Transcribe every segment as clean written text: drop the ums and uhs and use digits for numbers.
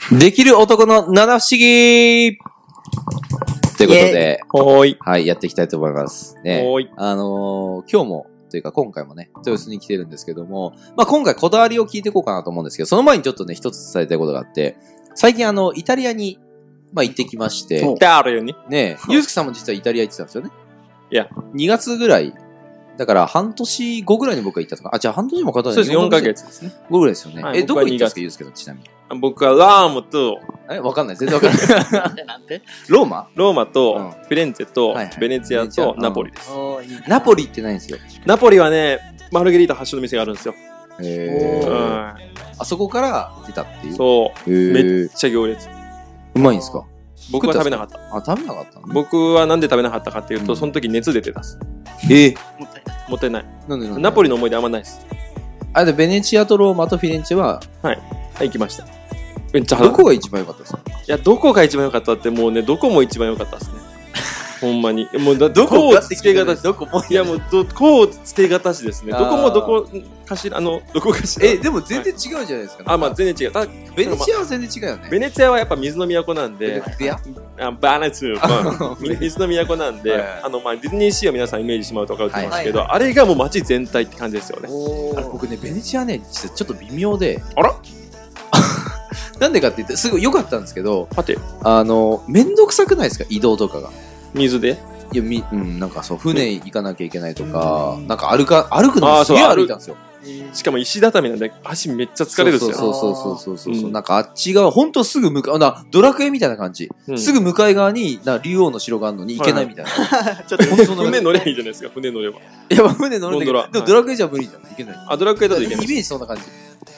できる男の七不思議ということで、はい、やっていきたいと思いますね。今日も、というか今回もね、豊洲に来てるんですけども、まあ今回こだわりを聞いていこうかなと思うんですけど、その前にちょっとね、一つ伝えたいことがあって、最近イタリアに、まあ行ってきまして、 イタリアにね、ゆうすけさんも実はイタリア行ってたんですよね。 いや。 2月ぐらい、だから半年後ぐらいに僕が行ったとか、あ、じゃあ半年もかかったそうです、4ヶ月ですね。 後ぐらいですよね。 はい、 どこ行ったんですか、ゆうすけさん、ちなみに。 僕はラームと、 わかんない。全然わかんない。 なんてローマと、フィレンツェと、ベネツィアと、ナポリです。 ナポリってないんですよ。 ナポリはね、マルゲリータ発祥の店があるんですよ。 あそこから出たっていう。 そう。めっちゃ行列。 うまいんですか？ 僕は食べなかった。 あ、食べなかったの？ 僕はなんで食べなかったかっていうと、その時熱出てたっす。もったいない。 なんでナポリの思い出あんまないです。 あ、で、ベネチアとローマとフィレンチェは、 はい、行きました。めっちゃどこが一番良かったですか？ いや、どこが一番良かったって、もうね、どこも一番良かったですね。ほんまに。もうどこをつけがたし、どこも、いやもうどこをつけがたしですね。どこもどこかしら、どこかしら。 でも全然違うじゃないですか。 あ、まあ全然違う。 ベネチアは全然違うよね。 ベネチアはやっぱ水の都なんで、バネツ水の都なんで、まあディズニーシーを皆さんイメージしてもらうと分かると思うんですけど、あれがもう街全体って感じですよね。 僕ね、ベネチアね、実はちょっと微妙で。 あらなんでかって言って、すごい良かったんですけど、 はて、 めんどくさくないですか、移動とかが。 水でいや、なんかそう、船行かなきゃいけないとか、なんか歩くのすげえ歩いたんですよ。 しかも石畳なんで足めっちゃ疲れるんですよ。 そう。なんかあっち側、ほんとすぐ向かう、ドラクエみたいな感じ。すぐ向かい側に、竜王の城があるのに行けないみたいな。 ちょっと船乗ればいいじゃないですか、船乗れば。 いや、船乗るんだけど、でもドラクエじゃ無理じゃん。行けない。 あ、ドラクエだといけない。 イメージそんな感じ。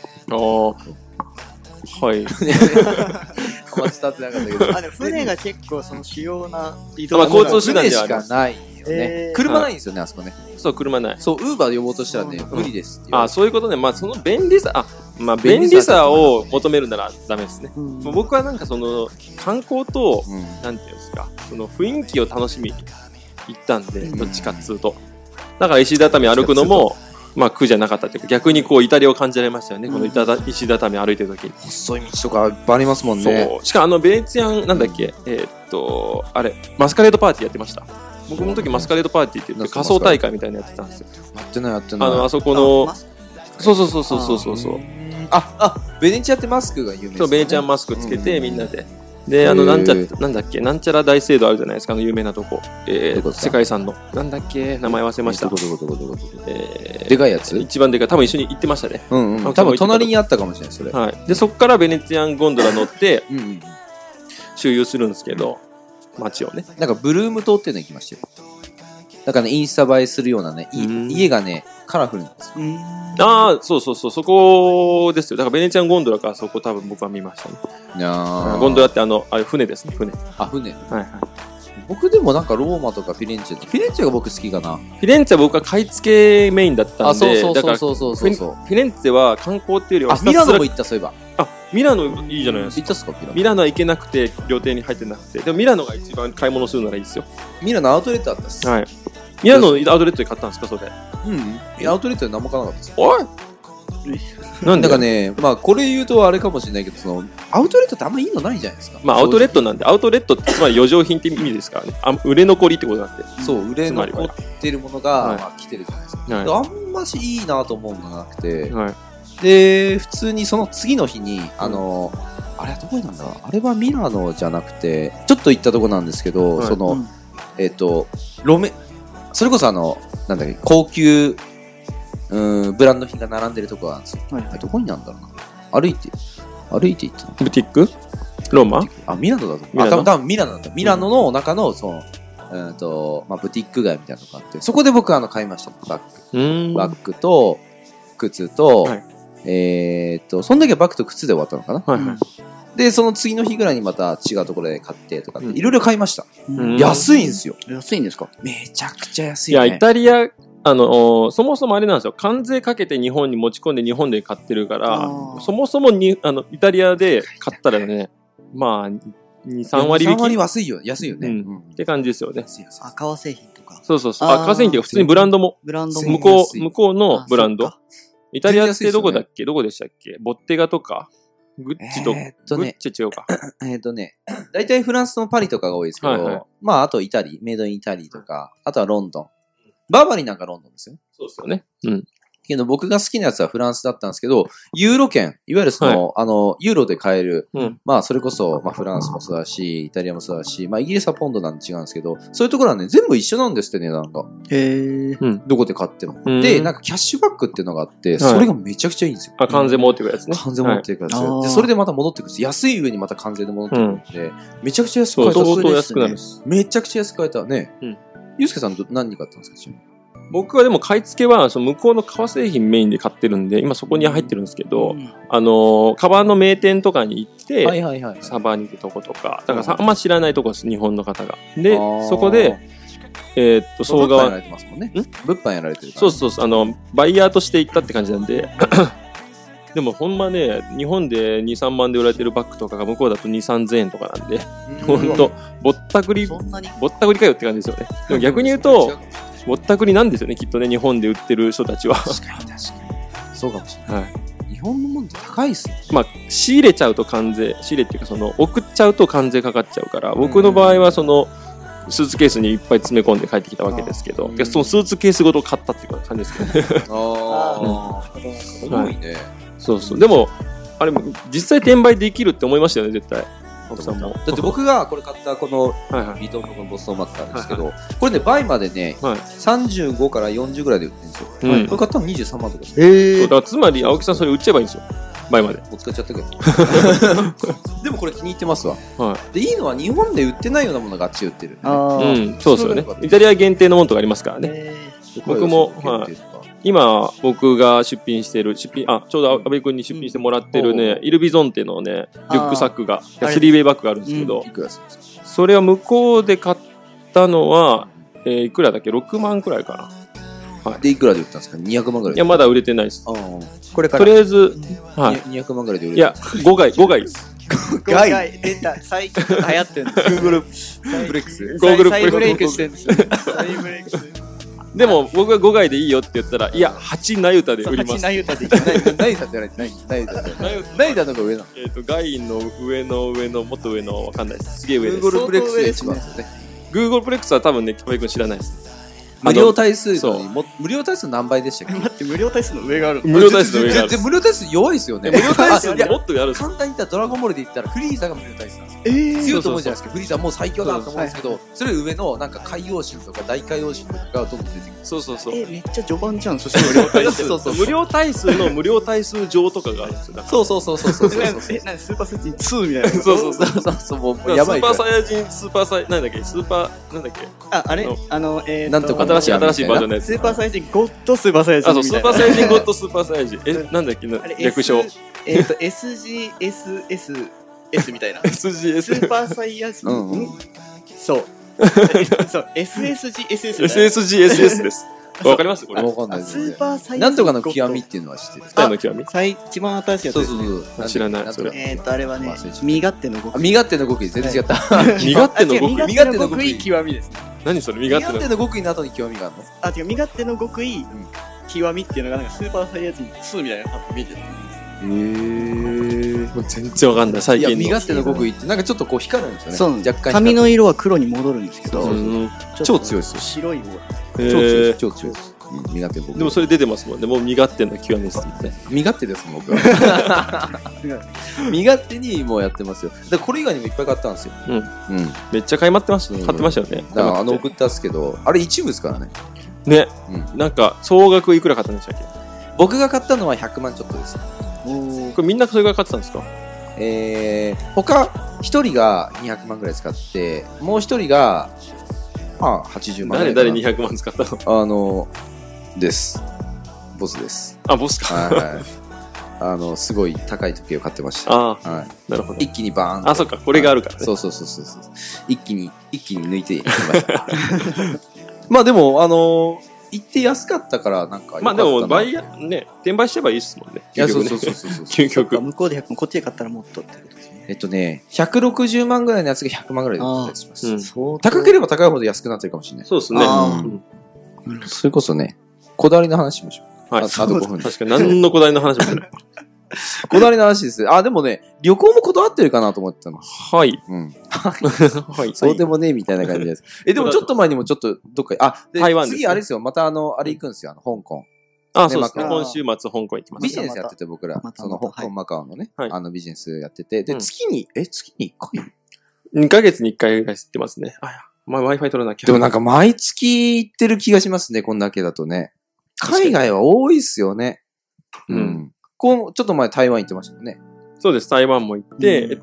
はい。 あんま伝わってなかったけど。 でも船が結構その主要な移動交通手段でしかないよね。車ないんですよね、あそこね。 そう、車ない。 そう、ウーバー呼ぼうとしたらね、無理ですって。 あ、そういうことね。まあ、その便利さ、便利さを求めるならダメですね。僕はなんかその、観光と、なんていうんですか、その雰囲気を楽しみに行ったんで、どっちかっつうと。だから石畳歩くのも、まあ苦じゃなかったっていうか、逆にこうイタリアを感じられましたよね、この石畳歩いてる時に。 細い道とかいっぱいありますもんね。 そう。しかもベネツィアン、なんだっけ、あれ、マスカレードパーティーやってました。僕の時マスカレードパーティーって言って仮装大会みたいなのやってたんですよ。 やってない。 あそこの、そう。 ベネチアってマスクが有名ですね。 そう、ベネチアンマスクつけてみんなで。で、なんだっけ、なんちゃら大聖堂あるじゃないですか、有名なとこ。世界遺産の。なんだっけ、名前忘れました。 でかいやつ？ 一番でかい。多分一緒に行ってましたね。 多分隣にあったかもしれない、それ。 はい。で、そこからベネツィアンゴンドラ乗って、周遊するんですけど、街をね。 なんかブルーム島っていうの行きましたよ。なんかね、インスタ映えするようなね、家がね、カラフルなんですよ。 ああ、そう、そこですよ。だからベネチアンゴンドラからそこ多分僕は見ましたね。ゴンドラってあれ船ですね、船。 あ、船。 はい。 僕でもなんかローマとかフィレンチェが僕好きかな。 フィレンツェは僕は買い付けメインだったんで、 そう。フィレンツェは観光っていうよりは、 ミラノも行った、そういえば。 ミラノいいじゃないですか。 行ったっすか、 ミラノは行けなくて、料亭に入ってなくて。でもミラノが一番買い物するならいいですよ。 ミラノアウトレットあったっす。 はい。ミラノのアウトレットで買ったんですか、それ。 アウトレットで何も買わなかったっす。 おいなんかね、まあこれ言うとあれかもしれないけど、アウトレットってあんまいいのないじゃないですか。 まあアウトレットなんで、アウトレットってつまり余剰品って意味ですからね。売れ残りってことなんで。 そう、売れ残ってるものが来てるじゃないですか。あんましいいなと思うのがなくて、で、普通にその次の日に、あれはどこなんだ？あれはミラノじゃなくて、ちょっと行ったとこなんですけど、それこそなんだっけ、高級、ブランド品が並んでるとこがあるんですよ。どこになんだろうな。歩いて行ったの。 ブティック？ローマ？ ミラノだと思う。多分ミラノだった。ミラノの中の、その、ブティック街みたいなとこがあって、そこで僕買いました。バッグと、靴と、その時はバッグと靴で終わったのかな。で、その次の日ぐらいにまた違うところで買ってとか、いろいろ買いました。安いんですよ。 安いんですか？ めちゃくちゃ安いね。 いや、イタリア、そもそもあれなんですよ。関税かけて日本に持ち込んで日本で買ってるから、そもそもに、イタリアで買ったらね、まあ、2、3割引き。 3割安いよね。 って感じですよね。 革製品とか。 そう。革製品っていうか普通にブランドも。向こうのブランド。イタリアってどこだっけ？どこでしたっけ？ボッテガとかグッチと、グッチ違うか。 大体フランスのパリとかが多いですけど、まあ、あとイタリー、メイドインイタリーとか、あとはロンドン。バーバリーなんかロンドンですよ。 そうですよね。うん。 けど僕が好きなやつはフランスだったんですけど、ユーロ圏、いわゆるその、ユーロで買える、まあそれこそ、まあフランスもそうだし、イタリアもそうだし、まあイギリスはポンドなんで違うんですけど、そういうところはね、全部一緒なんですって値段が。どこで買っても。で、なんかキャッシュバックっていうのがあって、それがめちゃくちゃいいんですよ。 関税持ってくるやつね。 関税持ってくるやつ。で、それでまた戻ってくるんです。安い上にまた関税で戻ってくるんで、めちゃくちゃ安く買えた。 相当安くなるんです。 めちゃくちゃ安く買えたね。ゆうすけさん何買ったんですか？ 僕はでも買い付けは、その向こうの革製品メインで買ってるんで、今そこに入ってるんですけど、革の名店とかに行って、サバに行くとことか、だからあんま知らないとこです、日本の方が。で、そこで、 総合。物販やられてますもんね。物販やられてるから。 そう、バイヤーとして行ったって感じなんで、でもほんまね、日本で2、3万で売られてるバッグとかが向こうだと2、3000円とかなんで、ほんと、ぼったくりかよって感じですよね。でも逆に言うと、ぼったくりなんですよね、きっとね、日本で売ってる人たちは。 確かに。そうかもしれない。日本のもんって高いっすね。 まあ、仕入れちゃうと関税、仕入れっていうか、送っちゃうと関税かかっちゃうから、僕の場合はスーツケースにいっぱい詰め込んで帰ってきたわけですけど、そのスーツケースごと買ったっていう感じですけどね。 すごいね。 そう。でも、あれ、実際転売できるって思いましたよね、絶対。 だって僕がこれ買ったこのビトンのボストンマックなんですけど、これね、倍までね、35から40ぐらいで売ってるんですよ。これ買ったの23万とか。 だからつまり、青木さんそれ売っちゃえばいいんですよ。倍まで。 もう使っちゃったけど。でもこれ気に入ってますわ。で、いいのは日本で売ってないようなものがあっち売ってる。 そうですよね。イタリア限定のものとかありますからね。僕も、今、僕が出品してる、ちょうど安倍くんに出品してもらってるね、イルビゾンテのね、リュックサックが、スリーウェイバッグがあるんですけど、それは向こうで買ったのは、いくらだっけ ?6 万くらいかな。で、いくらで売ったんですか ?200 万くらい。 いや、まだ売れてないです。 これから。 とりあえず、 200万くらいで売れてる。 いや、5回です。 5回出た。最近流行ってるんです。 Google ブレイクス。 再ブレイクしてるんです。再ブレイクしてる。 でも僕が5回でいいよって言ったら、いや、8ナユタで売ります。 8ナユタでいい。ナユタって何ナユタの方が上なの？ ガインの上の、もっと上の、わかんないです。すげえ上です。 Google プレックスで一番ですよね。 Google プレックスは多分ね、安倍くん知らないです。 無料対数何倍でしたっけ？ 待って、無料対数の上がある。 無料対数の上がある。 無料対数弱いですよね。 無料対数もっとやる。 簡単に言ったらドラゴンボールで言ったらフリーザが無料対数なんですよ。強いと思うじゃないですか。フリーザもう最強だと思うんですけど、それ上のなんか海洋神とか大海洋神とかがどんどん出てくる。 そう。 めっちゃ序盤じゃん。そして無料対数。 無料対数の無料対数上とかがあるんですよ。 そう。 スーパーサイヤ人2みたいな。 そう。もうやばい。スーパーサイヤ人、なんだっけあれなんとか新しいバージョンのやつ。 スーパーサイヤ人ゴッドスーパーサイヤ人。 スーパーサイヤ人ゴッドスーパーサイヤ人。なんだっけ略称。 SGSS みたいな。 SGS。 スーパーサイヤ人。そう。SSGSS。 SSGSS です。わかりますこれ。 わかんないです。 スーパーサイヤ人。 なんとかの極みっていうのは知ってる。 二人の極み一番新しいやつ。 そう。知らない。 あれはね、身勝手の極意。 身勝手の極意全然違った。 身勝手の極意。 身勝手の極意極みですね。 何それ身勝手の極意の後に極みがあるの？ 違う、身勝手の極意極みっていうのがなんかスーパーサイヤ人2みたいなのが見えてる。 もう全然わかんない。最近の。 身勝手の極意ってなんかちょっとこう光るんですよね。 そう。若干髪の色は黒に戻るんですけど、 超強いですよ。 白い方。 超強いです。身勝手の極意。 でもそれ出てますもんね。もう身勝手の極みですね。 身勝手ですもん僕は。身勝手にもうやってますよ。だこれ以外にもいっぱい買ったんですよ。 めっちゃ買ってましたよね。 だから送ったんですけど、あれ一部ですからね。 ね。なんか総額いくら買ったんでしたっけ？ 僕が買ったのは100万ちょっとです。 これみんなそれが買ってたんですか？ 他一人が200万ぐらい使って、もう一人がまあ80万ぐらい。 誰200万使ったの？ です。ボスです。 あ、ボスか。 はい。すごい高い時計を買ってました。 はい。なるほど。 一気にバーン。 あ、そっか。これがあるからね。 そう。一気に抜いていきました。まあでも、行って安かったからなんかまあでも転売しちゃえばいいっすもんね。 いや、そう。 究極。 向こうで100万、こっちで買ったらもっとってことですね。 160万ぐらいのやつが100万ぐらいで売ったりします。高ければ高いほど安くなってるかもしれない。 そうですね。 それこそね、こだわりの話しましょう。 はい。あと5分。確かに何のこだわりの話もしない。 こだわりの話です。でもね、旅行もこだわってるかなと思ってたんです。 はい。 うん。はい。そうでもねえみたいな感じです。でもちょっと前にもちょっとどっか、 台湾です、ね。 次あれですよ、またあれ行くんですよ、香港。 そうですね。今週末香港行きます。 ビジネスやってて僕ら、その香港マカオのね、ビジネスやってて、で、月に1回 ?2 ヶ月に1回ぐらい知ってますね。Wi-Fi 取らなきゃ。 でもなんか毎月行ってる気がしますね、こんだけだとね。海外は多いっすよね。うん。ちょっと前台湾行ってましたもんね。 そうです。台湾も行って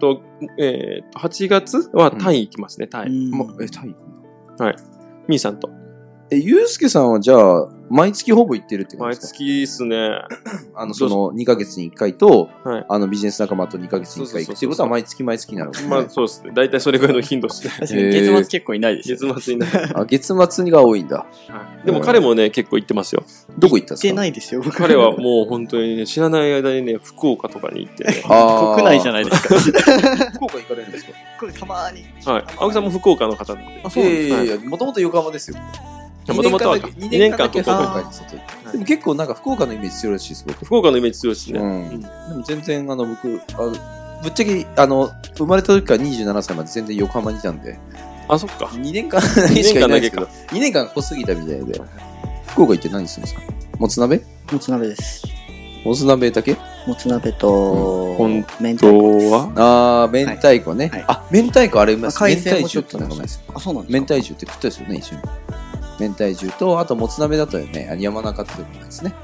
、8月はタイ行きますね、タイ。タイ行くんだ。 はい。みーさんと。 ゆうすけさんはじゃあ、毎月ほぼ行ってるってことですか？ 毎月っすね。 その2ヶ月に1回と、ビジネス仲間と2ヶ月に1回行くっていうことは毎月になるんですね。 まあそうですね。大体それぐらいの頻度ですね。 確かに月末結構いないです。 月末いない。 月末が多いんだ。 でも彼もね、結構行ってますよ。 どこ行ったんですか？ 行ってないですよ、僕。 彼はもう本当にね、知らない間にね、福岡とかに行ってね。 国内じゃないですか。 福岡行かれるんですか？ これたまに。 はい。青木さんも福岡の方なんで。 そうです。もともと横浜ですよ。 もともとは2年間とかでも結構なんか福岡のイメージ強いらしいです福岡のイメージ強いですね。 でも全然僕、ぶっちゃけ、生まれた時から27歳まで全然横浜にいたんで。 そっか。 2年間だけしかいないですけど、2年間濃すぎたみたいで。福岡行って何するんですか？もつ鍋？ もつ鍋です。 もつ鍋だけ？ もつ鍋と、 本当は明太子ね。明太子あれうまいです。明太重ってのがうまいです。 そうなんですか？ 明太重って食ったですよね、一緒に。明太重と、あともつ鍋だとね、山中っていうのですね。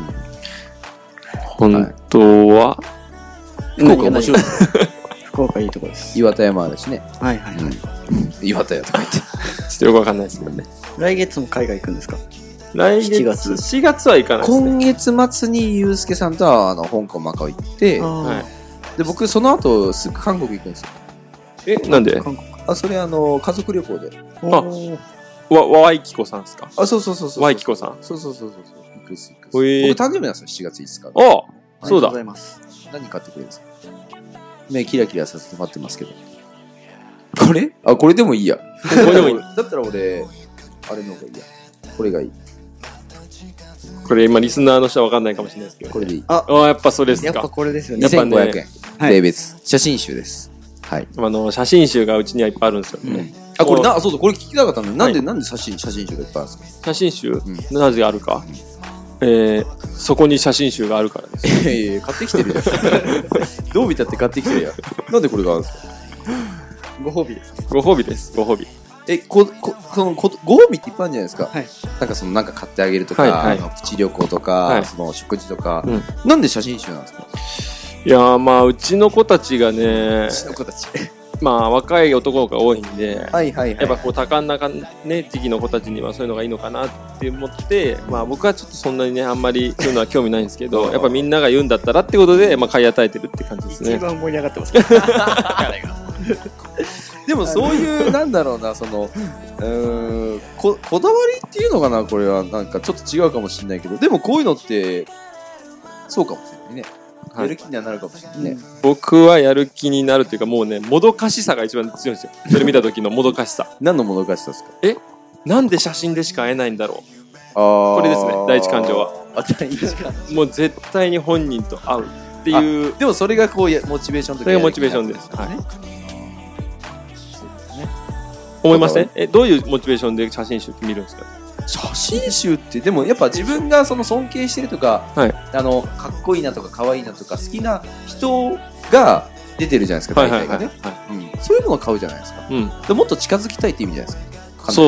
本当は福岡面白い。 福岡いいとこです。 岩田山あるしね。 はいはいはい。 岩田屋とか言って。 ちょっとよくわかんないですけどね。 来月も海外行くんですか？ 来月4月は行かないですね。 今月末にゆうすけさんとは香港マカオ行って、で僕その後すぐ韓国行くんですよ。 なんで？ それ家族旅行で。 ワイキコさんですか？ そう。 ワイキコさん。 そう。行く。僕誕生日なんですよ、7月5日。 そうだ。 何買ってくれるんですか？目キラキラさせて待ってますけど。これ？これでもいいや。これでもいい。だったら俺、あれの方がいいや。これがいい。 これ今リスナーの人は分かんないかもしれないですけど。 これでいい。 やっぱそれですか。 やっぱこれですよね。 2500円。税別。写真集です。はい。 写真集がうちにはいっぱいあるんですよね。 これこれ聞きたかったのに、なんで写真集がいっぱいあるんですか？ 写真集、なぜあるか、そこに写真集があるからです。 買ってきてるじゃん。どう見たって買ってきてるやん。なんでこれがあるんですか？ ご褒美です。 ご褒美です。ご褒美。 そのご褒美っていっぱいあるんじゃないですか。 はい。 なんか買ってあげるとか、プチ旅行とか、その食事とか、なんで写真集なんですか？ いやうちの子たちがね、若い男の子が多いんで、やっぱ多感なね、時期の子たちにはそういうのがいいのかなって思って、僕はちょっとそんなにね、あんまりそういうのは興味ないんですけど、やっぱみんなが言うんだったらってことで、買い与えてるって感じですね。 一番盛り上がってますから彼が。 でもそういう、なんだろうな、こだわりっていうのかな、これはなんかちょっと違うかもしれないけど、でもこういうのって、そうかもしれないね。やる気にはなるかもしれないね。 僕はやる気になるっていうか、もうね、もどかしさが一番強いんですよ。それ見た時のもどかしさ。 何のもどかしさですか？ なんで写真でしか会えないんだろう。これですね、第一感情は。もう絶対に本人と会うっていう。 でもそれがこうモチベーションとか。 それがモチベーションです。はい。思いません？どういうモチベーションで写真集って見るんですか？ 写真集ってでもやっぱ自分がその尊敬してるとか、かっこいいなとか可愛いなとか好きな人が出てるじゃないですか、大体がね。そういうのを買うじゃないですか。でもっと近づきたいって意味じゃないですか。 そう。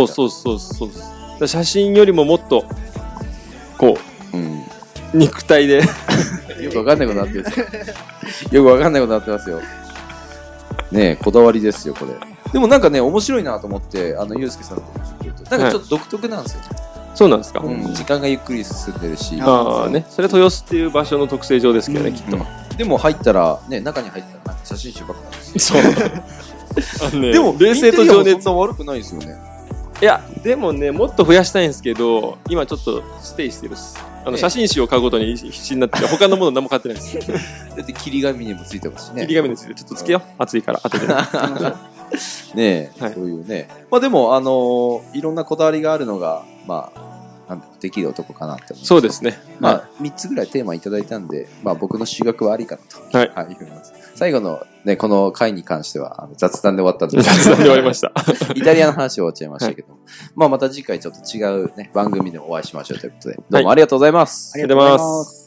写真よりももっとこう、肉体でよくわかんないことになってるんですよ。よくわかんないことになってますよ。ねえ、こだわりですよこれ。でもなんかね、面白いなと思って、ゆうすけさんとなんかちょっと独特なんですよ。 そうなんですか。 時間がゆっくり進んでるし。 ね、それは豊洲っていう場所の特性上ですけどね、きっと。 でも入ったら、ね、中に入ったら写真集ばっかりです。 そう。でも、 冷静と情熱は悪くないですよね。 いや、でもね、もっと増やしたいんですけど、今ちょっとステイしてるっす。写真集を買うことに必死になって、他のもの何も買ってないです。 だって切り紙にもついてますしね。 切り紙について、ちょっとつけよう。暑いから、後で。 ねえ、そういうね。でも、いろんなこだわりがあるのが、 できる男かなって思います。 そうですね。 まあ、3つぐらいテーマいただいたんで、まあ僕の修学はありかなと。 はい。 はい、思います。最後のね、この回に関しては、雑談で終わったんで。 雑談で終わりました。 イタリアの話終わっちゃいましたけど。はい、まあまた次回ちょっと違うね、番組でもお会いしましょうということで。どうもありがとうございます。 ありがとうございます。